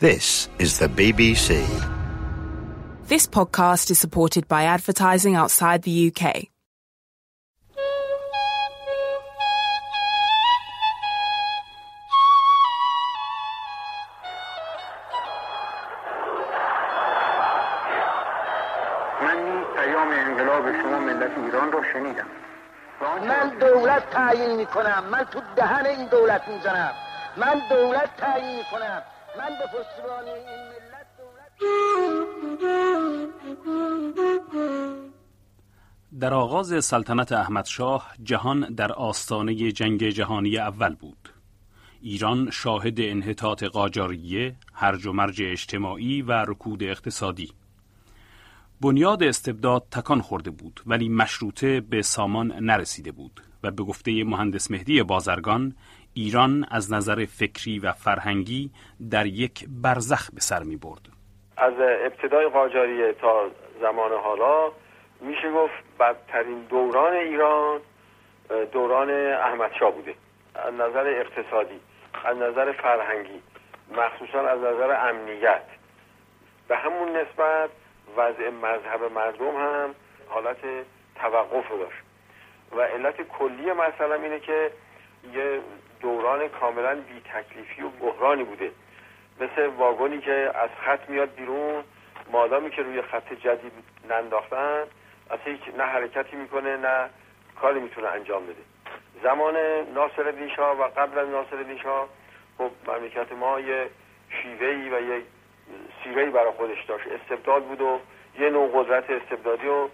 This is the BBC. This podcast is supported by advertising outside the UK. من پیام انقلاب شما ملت ایران رو شنیدم. من دولت تعیین میکنم، من تو دهن این دولت میزنم، من دولت تعیین میکنم، من به پشتیبانی این ملت در آغاز سلطنت احمدشاه جهان در آستانه جنگ جهانی اول بود. ایران شاهد انحطاط قاجاریه، هرج و مرج اجتماعی و رکود اقتصادی. بنیاد استبداد تکان خورده بود ولی مشروطه به سامان نرسیده بود و به گفته مهندس مهدی بازرگان ایران از نظر فکری و فرهنگی در یک برزخ به سر می برد. از ابتدای قاجاریه تا زمان حالا میشه گفت بدترین دوران ایران دوران احمدشاه بوده، از نظر اقتصادی، از نظر فرهنگی، مخصوصا از نظر امنیت. به همون نسبت وضع مذهب مردم هم حالت توقف رو داشت و علت کلی مسئله اینه که یه دوران کاملا بی تکلیفی و بحرانی بوده، مثل واگنی که از خط میاد بیرون، مادامی که روی خط جدید ننداختن اصلا هیچ نه حرکتی میکنه نه کاری میتونه انجام بده. زمان ناصرالدین شاه و قبل از ناصرالدین شاه خب مملکت ما یه شیوهی و یه سیرهی برای خودش داشت، استبداد بود و یه نوع قدرت استبدادی و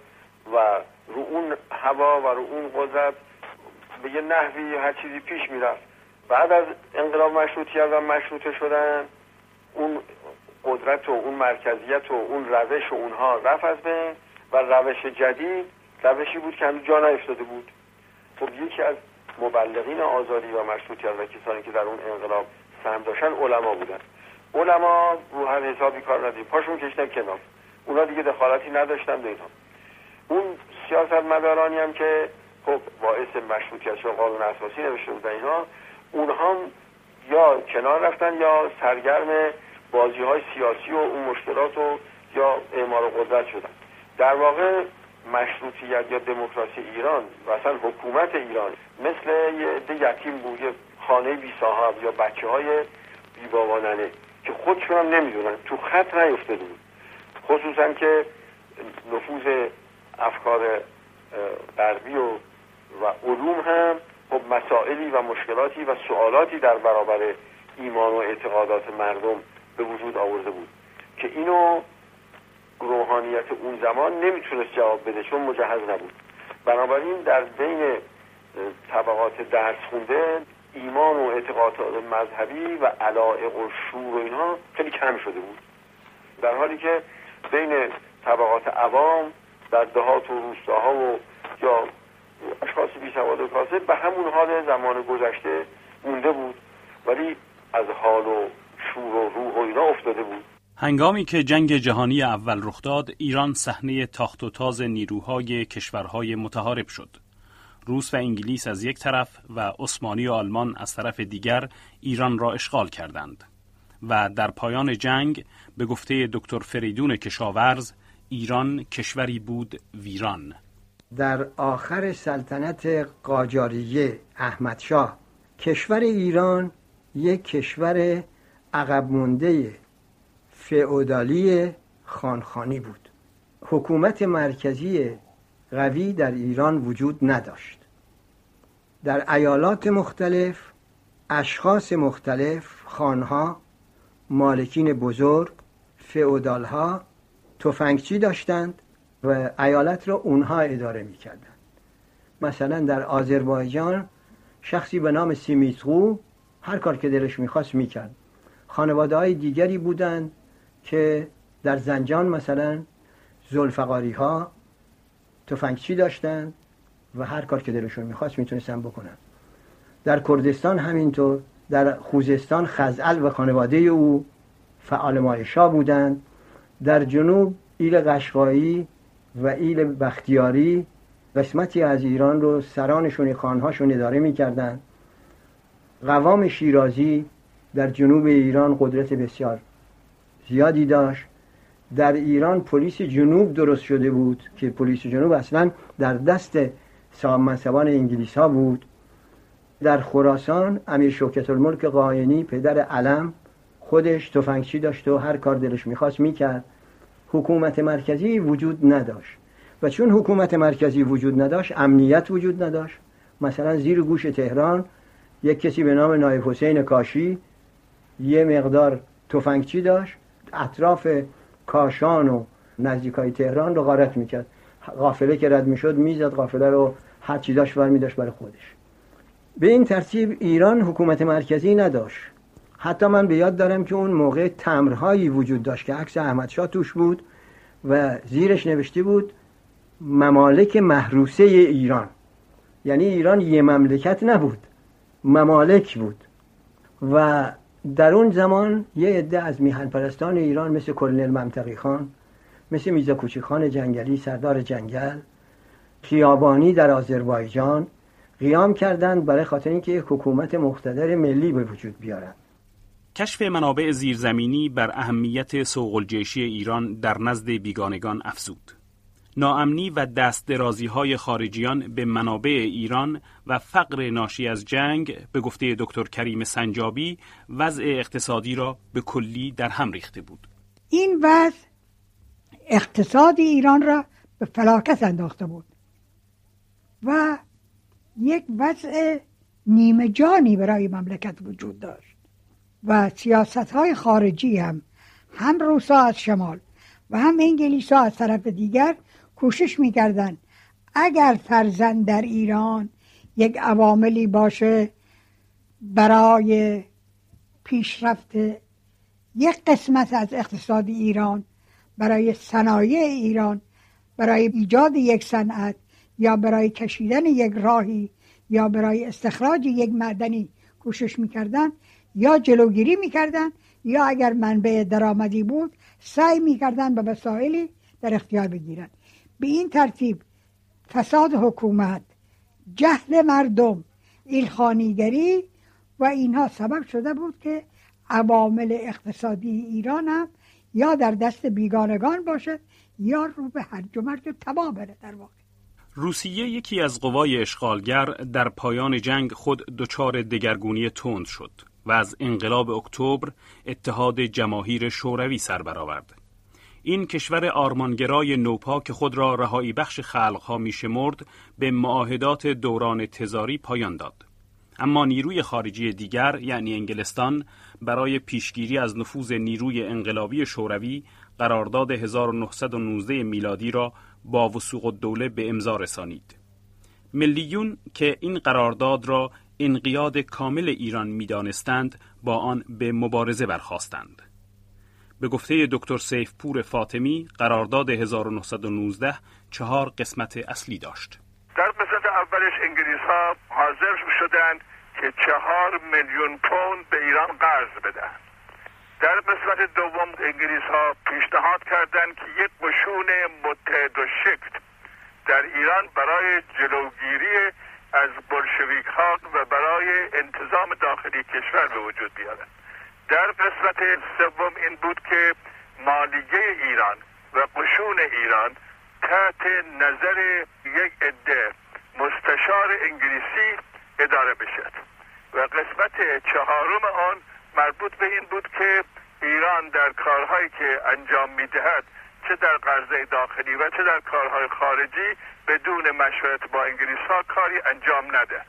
رو اون هوا و رو اون قدرت به یه نحوی هر چیزی پیش میرفت. بعد از انقلاب مشروطیت و مشروطه شدن اون قدرت و اون مرکزیت و اون روش و اونها رفت از بین و روش جدید روشی بود که هنوز جا نیفتاده بود. خب یکی از مبلغین آزادی و مشروطیت و کسانی که در اون انقلاب سهم داشتن علما بودن. علما رو هر حسابی کار ندید، پاشون کشیدن کنار، اونا دیگه دخالتی نداشتن به اینها. اون سیاستمدارانی هم که خب باعث مشروطیت و قانون اساسی نوشته بودن اینا، اونها یا کنار رفتن یا سرگرم بازی‌های سیاسی و اون مشکلات و یا اعمار قدرت شدن. در واقع مشروطیت یا دموکراسی ایران و اصلا حکومت ایران مثل یه عده یتیم بود، یه خانه بی صاحب یا بچه‌های بی بابا ننه که خودشون هم نمیدونن، تو خط نیفتاده بود. خصوصا که نفوذ افکار غربی و علوم هم خب مسائلی و مشکلاتی و سوالاتی در برابر ایمان و اعتقادات مردم به وجود آورده بود که اینو روحانیت اون زمان نمیتونست جواب بده چون مجهز نبود. بنابراین در بین طبقات درس خونده ایمان و اعتقادات مذهبی و علایق و شور و اینها خیلی کم شده بود، در حالی که بین طبقات عوام در دهات و روستاها و یا اشخاص بی سواد و کاسب به همون حال زمان گذشته مونده بود ولی از حال و شور و روح و اینا افتاده بود. هنگامی که جنگ جهانی اول رخ داد، ایران صحنه تاخت و تاز نیروهای کشورهای متحارب شد. روس و انگلیس از یک طرف و عثمانی و آلمان از طرف دیگر ایران را اشغال کردند و در پایان جنگ به گفته دکتر فریدون کشاورز ایران کشوری بود ویران. در آخر سلطنت قاجاریه احمدشاه کشور ایران یک کشور عقب مانده فئودالی خانخانی بود. حکومت مرکزی قوی در ایران وجود نداشت. در ایالات مختلف اشخاص مختلف، خانها، مالکین بزرگ، فئودالها تفنگچی داشتند و ایالت را اونها اداره می‌کردند. مثلا در آذربایجان شخصی به نام سیمیترو هر کار که دلش می‌خواست می‌کرد. خانواده‌های دیگری بودند که در زنجان مثلا ذوالفقاری‌ها تفنگچی داشتند و هر کار که دلشون می‌خواست می‌تونستن بکنن. در کردستان همینطور، در خوزستان خزعل و خانواده او فعال مایشا بودند. در جنوب ایل قشقایی و ایل بختیاری قسمتی از ایران رو سرانشون خانهاشون اداره می‌کردند. قوام شیرازی در جنوب ایران قدرت بسیار زیادی داشت. در ایران پلیس جنوب درست شده بود که پلیس جنوب اصلا در دست صاحب منصبان انگلیس ها بود. در خراسان امیر شوکت الملک قاینی پدر علم خودش تفنگچی داشت و هر کار دلش میخواست میکرد. حکومت مرکزی وجود نداشت و چون حکومت مرکزی وجود نداشت امنیت وجود نداشت. مثلا زیر گوش تهران یک کسی به نام نایب حسین کاشی یه مقدار تفنگچی داشت، اطراف کاشان و نزدیکای تهران رو غارت میکرد. قافله که رد میشد میزد قافله رو، هر چی داشت برمی داشت برای خودش. به این ترتیب ایران حکومت مرکزی نداشت. حتی من به یاد دارم که اون موقع تمبرهایی وجود داشت که عکس احمدشاه توش بود و زیرش نوشته بود ممالک محروسه ایران. یعنی ایران یه مملکت نبود، ممالک بود. و در اون زمان یه عده از میهن پرستان ایران مثل کلنل منطقی خان، مثل میرزا کوچک خان جنگلی سردار جنگل، خیابانی در آذربایجان قیام کردند برای خاطر اینکه یک حکومت مقتدر ملی به وجود بیارند. کشف منابع زیرزمینی بر اهمیت سوق‌الجیشی ایران در نزد بیگانگان افزود. ناامنی و دست درازی‌های خارجیان به منابع ایران و فقر ناشی از جنگ به گفته دکتر کریم سنجابی وضع اقتصادی را به کلی در هم ریخته بود. این وضع اقتصاد ایران را به فلاکت انداخته بود و یک وضع نیمه جانی برای مملکت وجود داشت و سیاست‌های خارجی هم روسا از شمال و هم انگلیس‌ها از طرف دیگر کوشش می‌کردند اگر فرضاً در ایران یک عواملی باشه برای پیشرفت یک قسمت از اقتصاد ایران، برای صنایع ایران، برای ایجاد یک صنعت یا برای کشیدن یک راهی یا برای استخراج یک معدنی کوشش می‌کردند، یا جلوگیری می‌کردند یا اگر منبع درآمدی بود سعی می‌کردند به وسایلی در اختیار بگیرند. به این ترتیب فساد حکومت، جهل مردم، ایلخانیگری و اینها سبب شده بود که عوامل اقتصادی ایران هم یا در دست بیگانگان باشد یا رو به هرج و مرج و تباه بره. در واقع روسیه یکی از قوای اشغالگر در پایان جنگ خود دچار دگرگونی تند شد و از انقلاب اکتبر اتحاد جماهیر شوروی سر برآورد. این کشور آرمانگرای نوپا که خود را رهایی بخش خلقها می‌شمرد به معاهدات دوران تزاری پایان داد. اما نیروی خارجی دیگر یعنی انگلستان برای پیشگیری از نفوذ نیروی انقلابی شوروی قرارداد 1919 میلادی را با وثوق الدوله به امضا رسانید. ملیون که این قرارداد را انقیاد کامل ایران می‌دانستند با آن به مبارزه برخاستند. به گفته دکتر سیفپور فاطمی قرارداد 1919 4 قسمت اصلی داشت. در قسمت اولش انگلیس‌ها حاضر شدند که 4 میلیون پوند به ایران قرض بدن. در قسمت دوم انگلیس‌ها پیشنهاد کردند که یک قشون متحد و شکل در ایران برای جلوگیری از بلشویک‌ها و برای انتظام داخلی کشور به وجود بیارند. در قسمت سوم این بود که مالیه ایران و قشون ایران تحت نظر یک عده مستشار انگلیسی اداره بشد و قسمت چهارم آن مربوط به این بود که ایران در کارهایی که انجام میدهد چه در قرضه داخلی و چه در کارهای خارجی بدون مشورت با انگلیس ها کاری انجام ندهد.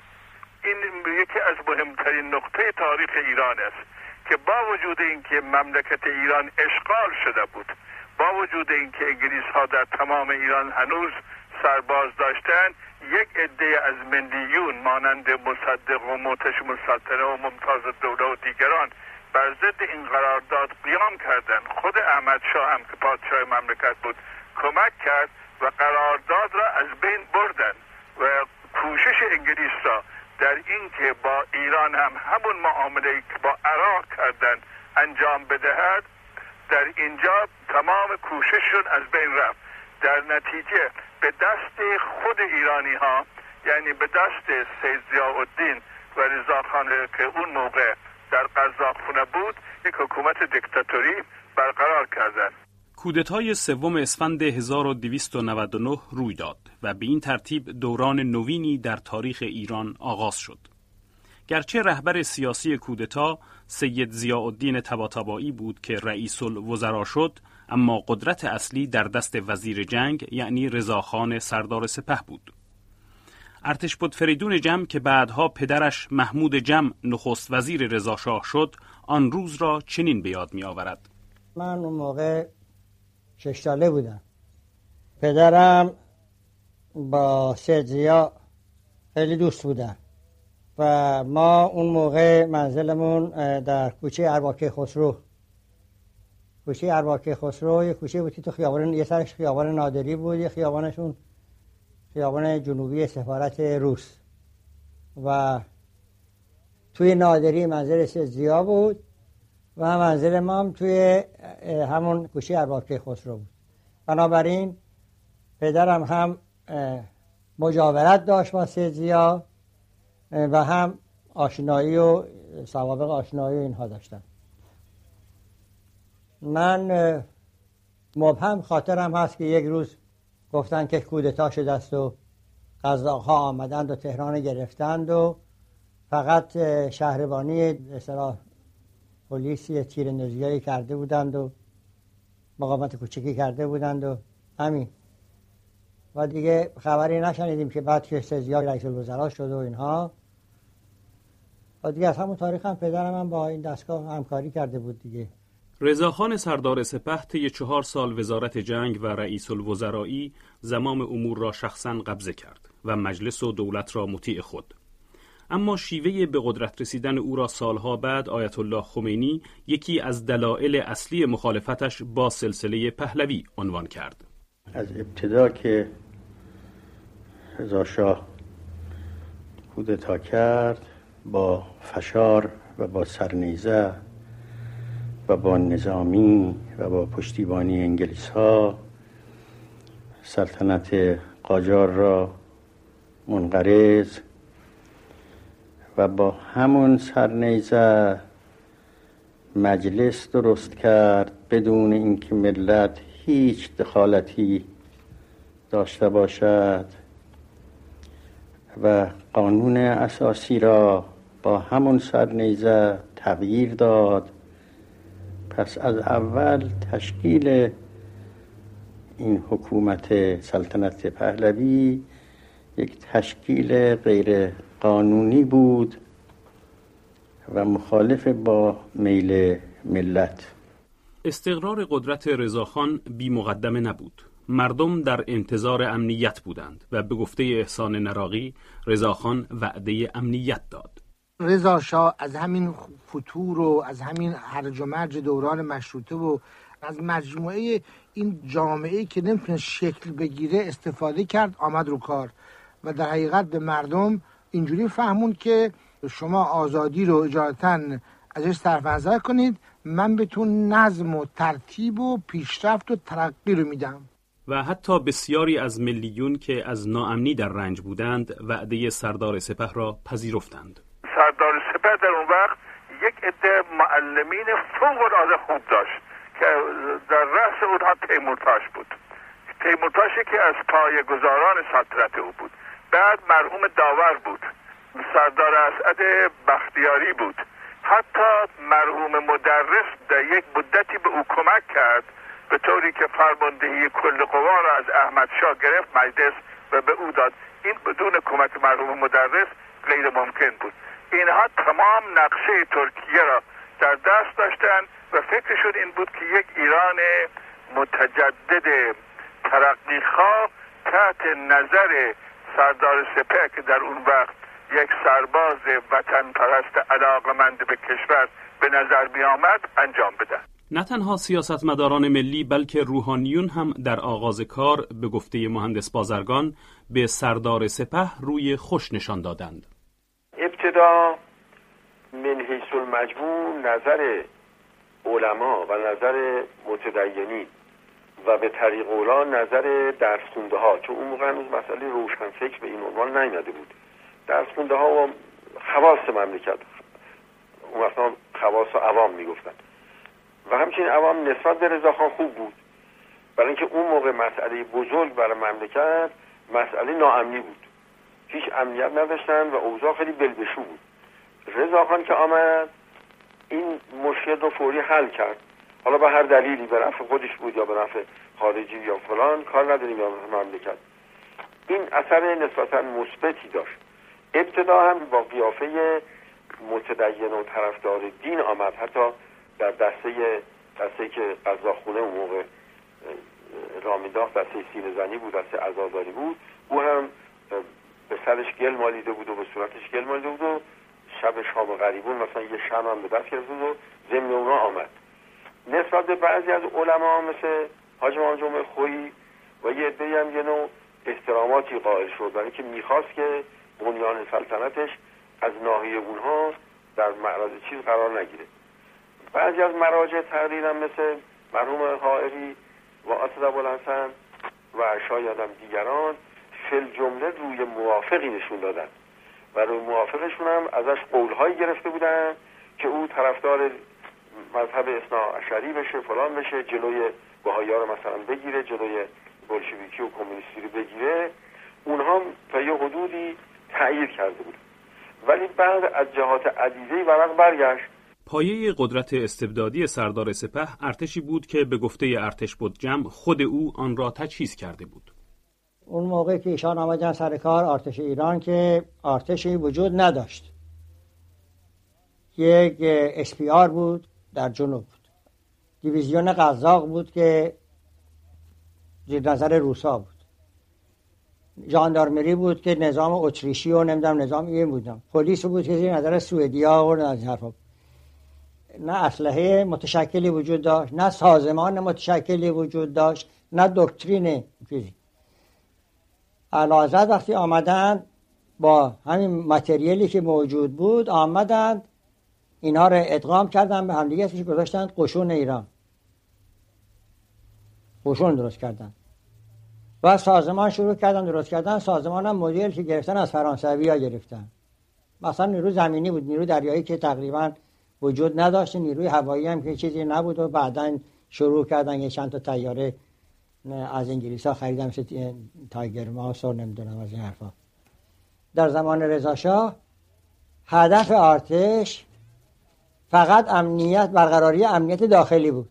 این یکی از مهمترین نقطه تاریخ ایران است که با وجود اینکه مملکت ایران اشغال شده بود، با وجود اینکه انگلیس ها در تمام ایران هنوز سرباز داشتند، یک عده از ملیون مانند مصدق و معتصم السلطنه و ممتاز الدوله و دیگران بر ضد این قرارداد قیام کردند. خود احمد شاه هم که پادشاه مملکت بود کمک کرد و قرارداد را از بین بردند و کوشش انگلیس را در این که با ایران هم همون معامله که با عراق کردند انجام بدهد، در اینجا تمام کوشششون از بین رفت. در نتیجه به دست خود ایرانی ها، یعنی به دست سید ضیاءالدین و رضاخان که اون موقع در قزاق‌خونه بود یک حکومت دیکتاتوری برقرار کردند. کودتای 3 اسفند 1299 روی داد و به این ترتیب دوران نوینی در تاریخ ایران آغاز شد. گرچه رهبر سیاسی کودتا سید ضیاءالدین طباطبایی بود که رئیس الوزراء شد، اما قدرت اصلی در دست وزیر جنگ یعنی رضاخان سردار سپه بود. ارتشبد فریدون جم که بعدها پدرش محمود جم نخست وزیر رضاشاه شد، آن روز را چنین به یاد می آورد. من اون موقع 6 ساله بودم. پدرم با سید ضیاء خیلی دوست بودن و ما اون موقع منزلمون در کوچه ارباکه خسرو. کوچه ارباکه خسرو یه کوچه بود که تو خیابان، یه سرش خیابان نادری بود، یه خیابانشون خیابان جنوبی سفارت روس و توی نادری منزل سید ضیاء بود و منزل ما هم توی همون کوچه ارباکه خسرو بود. بنابراین پدرم هم مجاورت داشت با سید ضیاء و هم آشنایی و سوابق آشنایی اینها داشتم. من مبهم خاطرم هست که یک روز گفتن که کودتا شده است و قزاق‌ها آمدند و تهران گرفتند و فقط شهربانی اصطلاح پلیسی تیراندازی کرده بودند و مقاومت کوچکی کرده بودند و همین. و دیگه خبری نشنیدیم که بعد که سید ضیاء رئیس الوزراء شد و اینها. و دیگه از همون تاریخ هم پدرم هم با این دستگاه همکاری کرده بود دیگه. رضاخان سردار سپه طی 4 سال وزارت جنگ و رئیس الوزرایی زمام امور را شخصاً قبضه کرد و مجلس و دولت را مطیع خود. اما شیوه به قدرت رسیدن او را سالها بعد آیت الله خمینی یکی از دلایل اصلی مخالفتش با سلسله پهلوی عنوان کرد. از ابتدا که رضا شاه کودتا کرد، با فشار و با سرنیزه و با نظامی و با پشتیبانی انگلیس ها سلطنت قاجار را منقرض و با همون سرنیزه مجلس درست کرد بدون اینکه ملت هیچ دخالتی داشته باشد و قانون اساسی را با همون سرنیزه تغییر داد. پس از اول تشکیل این حکومت سلطنت پهلوی یک تشکیل غیر قانونی بود و مخالف با میل ملت. استقرار قدرت رضاخان بی مقدمه نبود. مردم در انتظار امنیت بودند و به گفته احسان نراقی رضاخان وعده امنیت داد. رضا شاه از همین فتور و از همین هرج و مرج دوران مشروطه و از مجموعه این جامعه‌ای که نمیتونه شکل بگیره استفاده کرد، آمد رو کار و در حقیقت به مردم اینجوری فهموند که شما آزادی رو اجازتاً ازش صرف نظر کنید، من بهتون نظم و ترتیب و پیشرفت و ترقی رو میدم. و حتی بسیاری از ملیون که از ناامنی در رنج بودند وعده سردار سپه را پذیرفتند. سردار سپه در اون وقت یک عده معلمین فوق‌العاده خوب داشت که در رأس اونها تیمورتاش بود. تیمورتاشی که از پایه‌گذاران سلطنت او بود. بعد مرحوم داور بود. سردار اسعد بختیاری بود. حتی مرحوم مدرس در یک مدتی به او کمک کرد، به طوری که فرماندهی کل قوا را از احمد شاه گرفت مجلس و به او داد. این بدون کمک مرحوم مدرس غیر ممکن بود. اینها تمام نقشه ترکیه را در دست داشتند و فکرشون این بود که یک ایران متجدد ترقیخواه تحت نظر سردار سپه که در اون وقت یک سرباز وطن پرست علاقمند به کشور به نظر می آمد انجام بده. نه تنها سیاستمداران ملی بلکه روحانیون هم در آغاز کار به گفته مهندس بازرگان به سردار سپه روی خوش نشان دادند. ابتدا من حیث المجموع نظر علما و نظر متدینین و به طریق اولا نظر درس خونده ها، چون اون موقع هنوز مسئله روشنفکر به این عنوان نیامده بود، درس خونده ها و خواص مملکت اون وقتا خواص و عوام میگفتن. و همچنین عوام نسبت به رضاخان خوب بود، برای اینکه اون موقع مسئله بزرگ برای مملکت مسئله ناامنی بود، هیچ امنیت نداشتن و اوضاع خیلی بلبشو بود. رضاخان که آمد این مشکل رو فوری حل کرد، حالا به هر دلیلی، به نفع خودش بود یا به نفع خارجی یا فلان، کار نداریم، یا مملکت. این اثر نسبتا مثبتی داشت. ابتدا هم با قیافه متدین و طرفدار دین آمد، حتی در دسته که قزاقخونه اون موقع را مینداخت، دسته سینه زنی بود، دسته عزاداری بود، او هم به سرش گل مالیده بود و به صورتش گل مالیده بود و شب شام غریبون مثلا یه شمع هم به دست گرفت و ضمن اونا آمد. نسبت به بعضی از علما مثل حاج محمد جمعه خویی و یه عده‌ای هم یه نوع احتراماتی قائل شد، برای اینکه میخواست که بنیان سلطنتش از ناحیه اونها در معرض چیز قرار نگیره. بعضی از مراجع تقریرا مثل مرحوم حائری و اسد ابوالحسن و شاید هم دیگران فل جمله روی موافقی نشون دادن و روی موافقشون هم ازش قولهایی گرفته بودن که او طرفدار مذهب اثناعشری بشه، فلان بشه، جلوی بهائی‌ها رو مثلا بگیره، جلوی بولشویکی و کمونیستی رو بگیره. اونها تا یه حدودی تأیید کرده بود، ولی بعد از جهات عدیده‌ای ورق برگشت. پایه قدرت استبدادی سردار سپه ارتشی بود که به گفته ارتش بودجم خود او آن را تجهیز کرده بود. اون موقع که ایشان آمدن سر کار ارتش ایران که ارتشی وجود نداشت، یک اسپیار بود در جنوب، دیویزیون قزاق بود که زیر نظر روسا بود، ژاندارمری بود که نظام اتریشی و نمیدونم نظام این بودم، پلیس بود که زیر نظر سوئدیا و از حرفا. نه اسلحه متشکلی وجود داشت، نه سازمان متشکلی وجود داشت، نه دکترین فیزیک. اعلیحضرت وقتی آمدند با همین متریالی که موجود بود آمدند اینها رو ادغام کردن به همدیگه، اسمش گذاشتن قشون ایران، قشون درست کردن و سازمان شروع کردن درست کردن. سازمان هم مدل که گرفتن از فرانسوی ها گرفتن، مثلا نیرو زمینی بود، نیرو دریایی که تقریبا وجود نداشت، نیروی هوایی هم که چیزی نبود و بعداً شروع کردن یه چند تا طیاره از انگلیس ها خریدن مثل تایگر ماس و نمیدونم از این حرفا. در زمان رضا شاه هدف ارتش فقط امنیت، برقراری امنیت داخلی بود.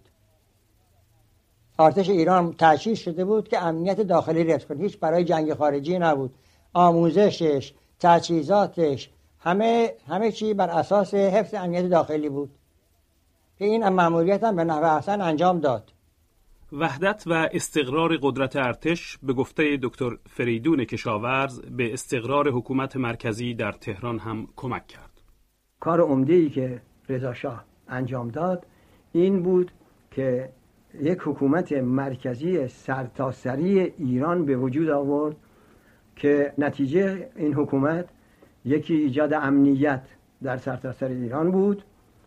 ارتش ایران تأسیس شده بود که امنیت داخلی حفظ کنه، هیچ برای جنگ خارجی نبود. آموزشش، تجهیزاتش، همه چی بر اساس حفظ امنیت داخلی بود که این مأموریت هم به نحو احسن انجام داد. وحدت و استقرار قدرت ارتش به گفته دکتر فریدون کشاورز به استقرار حکومت مرکزی در تهران هم کمک کرد. کار عمده‌ای که رضا شاه انجام داد این بود که یک حکومت مرکزی سرتاسری ایران به وجود آورد که نتیجه این حکومت یکی ایجاد امنیت در سرتاسر ایران بود،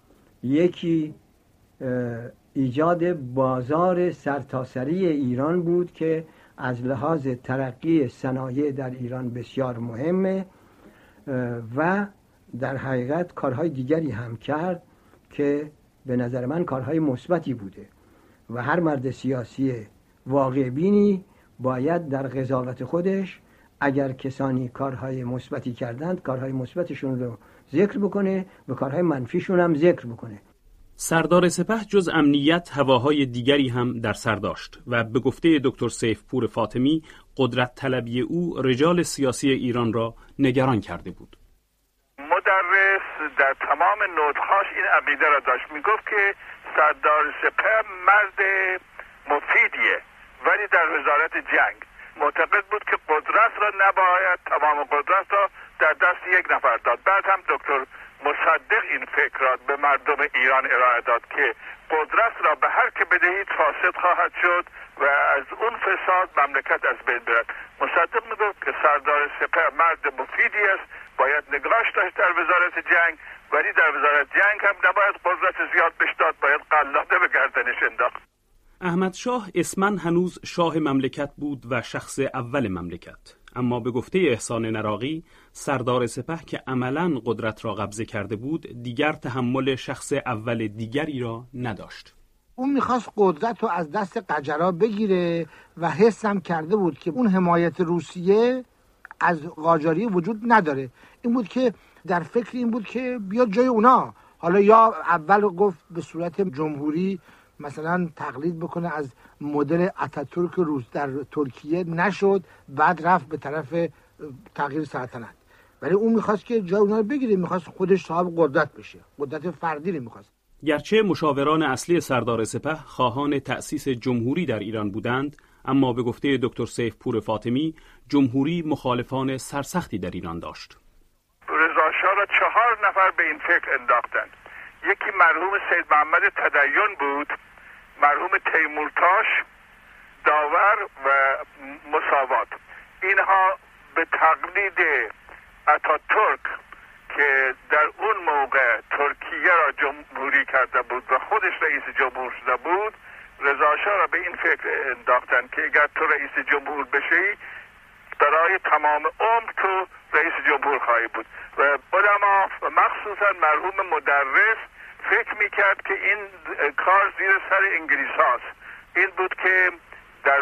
یکی ایجاد بازار سرتاسری ایران بود که از لحاظ ترقی صنایع در ایران بسیار مهمه و در حقیقت کارهای دیگری هم کرد که به نظر من کارهای مثبتی بوده و هر مرد سیاسی واقع بینی باید در قضاوت خودش اگر کسانی کارهای مثبتی کردند کارهای مثبتشون رو ذکر بکنه و کارهای منفیشون هم ذکر بکنه. سردار سپه جز امنیت هواهای دیگری هم در سر داشت و به گفته دکتر سیفپور فاطمی قدرت طلبی او رجال سیاسی ایران را نگران کرده بود. مدرس در تمام نوت‌هاش این عقیده را داشت، میگفت که سردار سپه مرد مفیدیه، ولی در وزارت جنگ معتقد بود که قدرت را نباید تمام قدرت را در دست یک نفر داد. بعد هم دکتر مصدق این فکر را به مردم ایران ارائه داد که قدرت را به هر که بدهید فاسد خواهد شد و از اون فساد مملکت از بین برد. مصدق میگفت که سردار سپه مرد مفیدی است، باید نگاش داشت در وزارت جنگ، ولی در وزارت جنگ هم نباید قدرت زیاد بهش داد، باید قلاده به گردنش انداخت. احمد شاه اسمن هنوز شاه مملکت بود و شخص اول مملکت، اما به گفته احسان نراقی، سردار سپه که عملاً قدرت را قبضه کرده بود دیگر تحمل شخص اول دیگری را نداشت. اون میخواست قدرت رو از دست قجرها بگیره و حسم کرده بود که اون حمایت روسیه از قاجاریه وجود نداره. این بود که در فکر این بود که بیاد جای اونا. حالا یا اول گفت به صورت جمهوری مثلا تقلید بکنه از مدل اتاتورک روس در ترکیه، نشد، بعد رفت به طرف تغییر سلطنت. ولی اون میخواست که جای اونا رو بگیره، میخواست خودش صاحب قدرت بشه، قدرت فردی رو میخواست. گرچه مشاوران اصلی سردار سپه خواهان تأسیس جمهوری در ایران بودند، اما به گفته دکتر سیفپور فاطمی جمهوری مخالفان سرسختی در ایران داشت. رضا شاه را 4 نفر به این فکر انداختند. یکی مرحوم سید محمد تدین بود، مرحوم تیمورتاش، داور و مساوات. اینها به تقلید اتاتورک که در اون موقع ترکیه را جمهوری کرده بود و خودش رئیس جمهور شده بود، رضا شاه را به این فکر انداختن که اگر تو رئیس جمهور بشی برای تمام عمر تو رئیس جمهور خواهی بود. و علما و مخصوصا مرحوم مدرس فکر میکرد که این کار زیر سر انگلیس هاست. این بود که در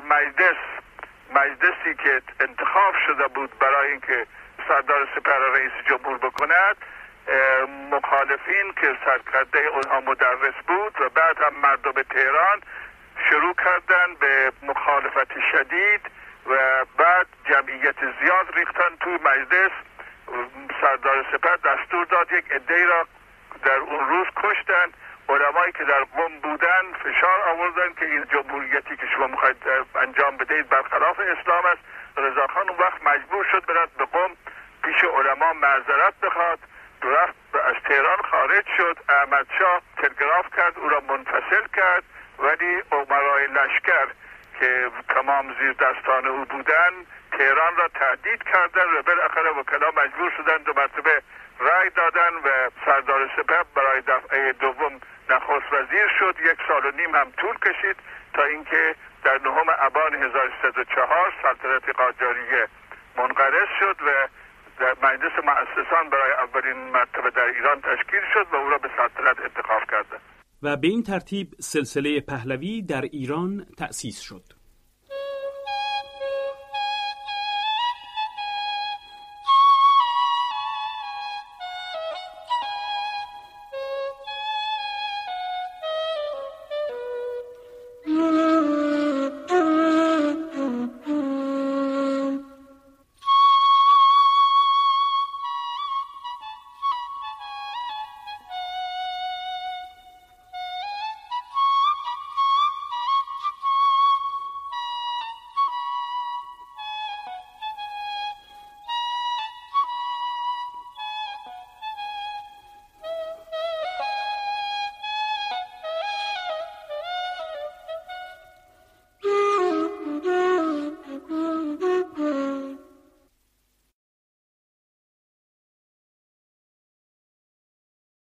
مجلسی که انتخاب شده بود برای اینکه سردار سپه را رئیس جمهور بکند، مخالفین که سرکرده اونها مدرس بود و بعد هم مردم تهران شروع کردن به مخالفت شدید و بعد جمعیت زیاد ریختن توی مجلس. سردار سپه دستور داد یک عده‌ای را در اون روز کشتن. علمایی که در قم بودن فشار آوردن که این جمهوریتی که شما میخواید انجام بدهید برخلاف اسلام است. رضاخان اون وقت مجبور شد برد به قم پیش علما معذرت بخواد، رفت از تهران خارج شد. احمدشاه تلگراف کرد او را منفصل کرد، ولی امرای لشکر که تمام زیر دستان او بودن تهران را تهدید کردن و بالاخره وکلا مجبور شدن 2 مرتبه رأی دادن و سردار سپه برای دفعه دوم نخست وزیر شد. 1.5 سال هم طول کشید تا اینکه در 9 ابان 1304 سلطنت قاجاریه منقرض شد و در مجلس مؤسسان برای اولین مرتبه در ایران تشکیل شد و او را به سلطنت انتخاب کردند. و به این ترتیب سلسله پهلوی در ایران تأسیس شد.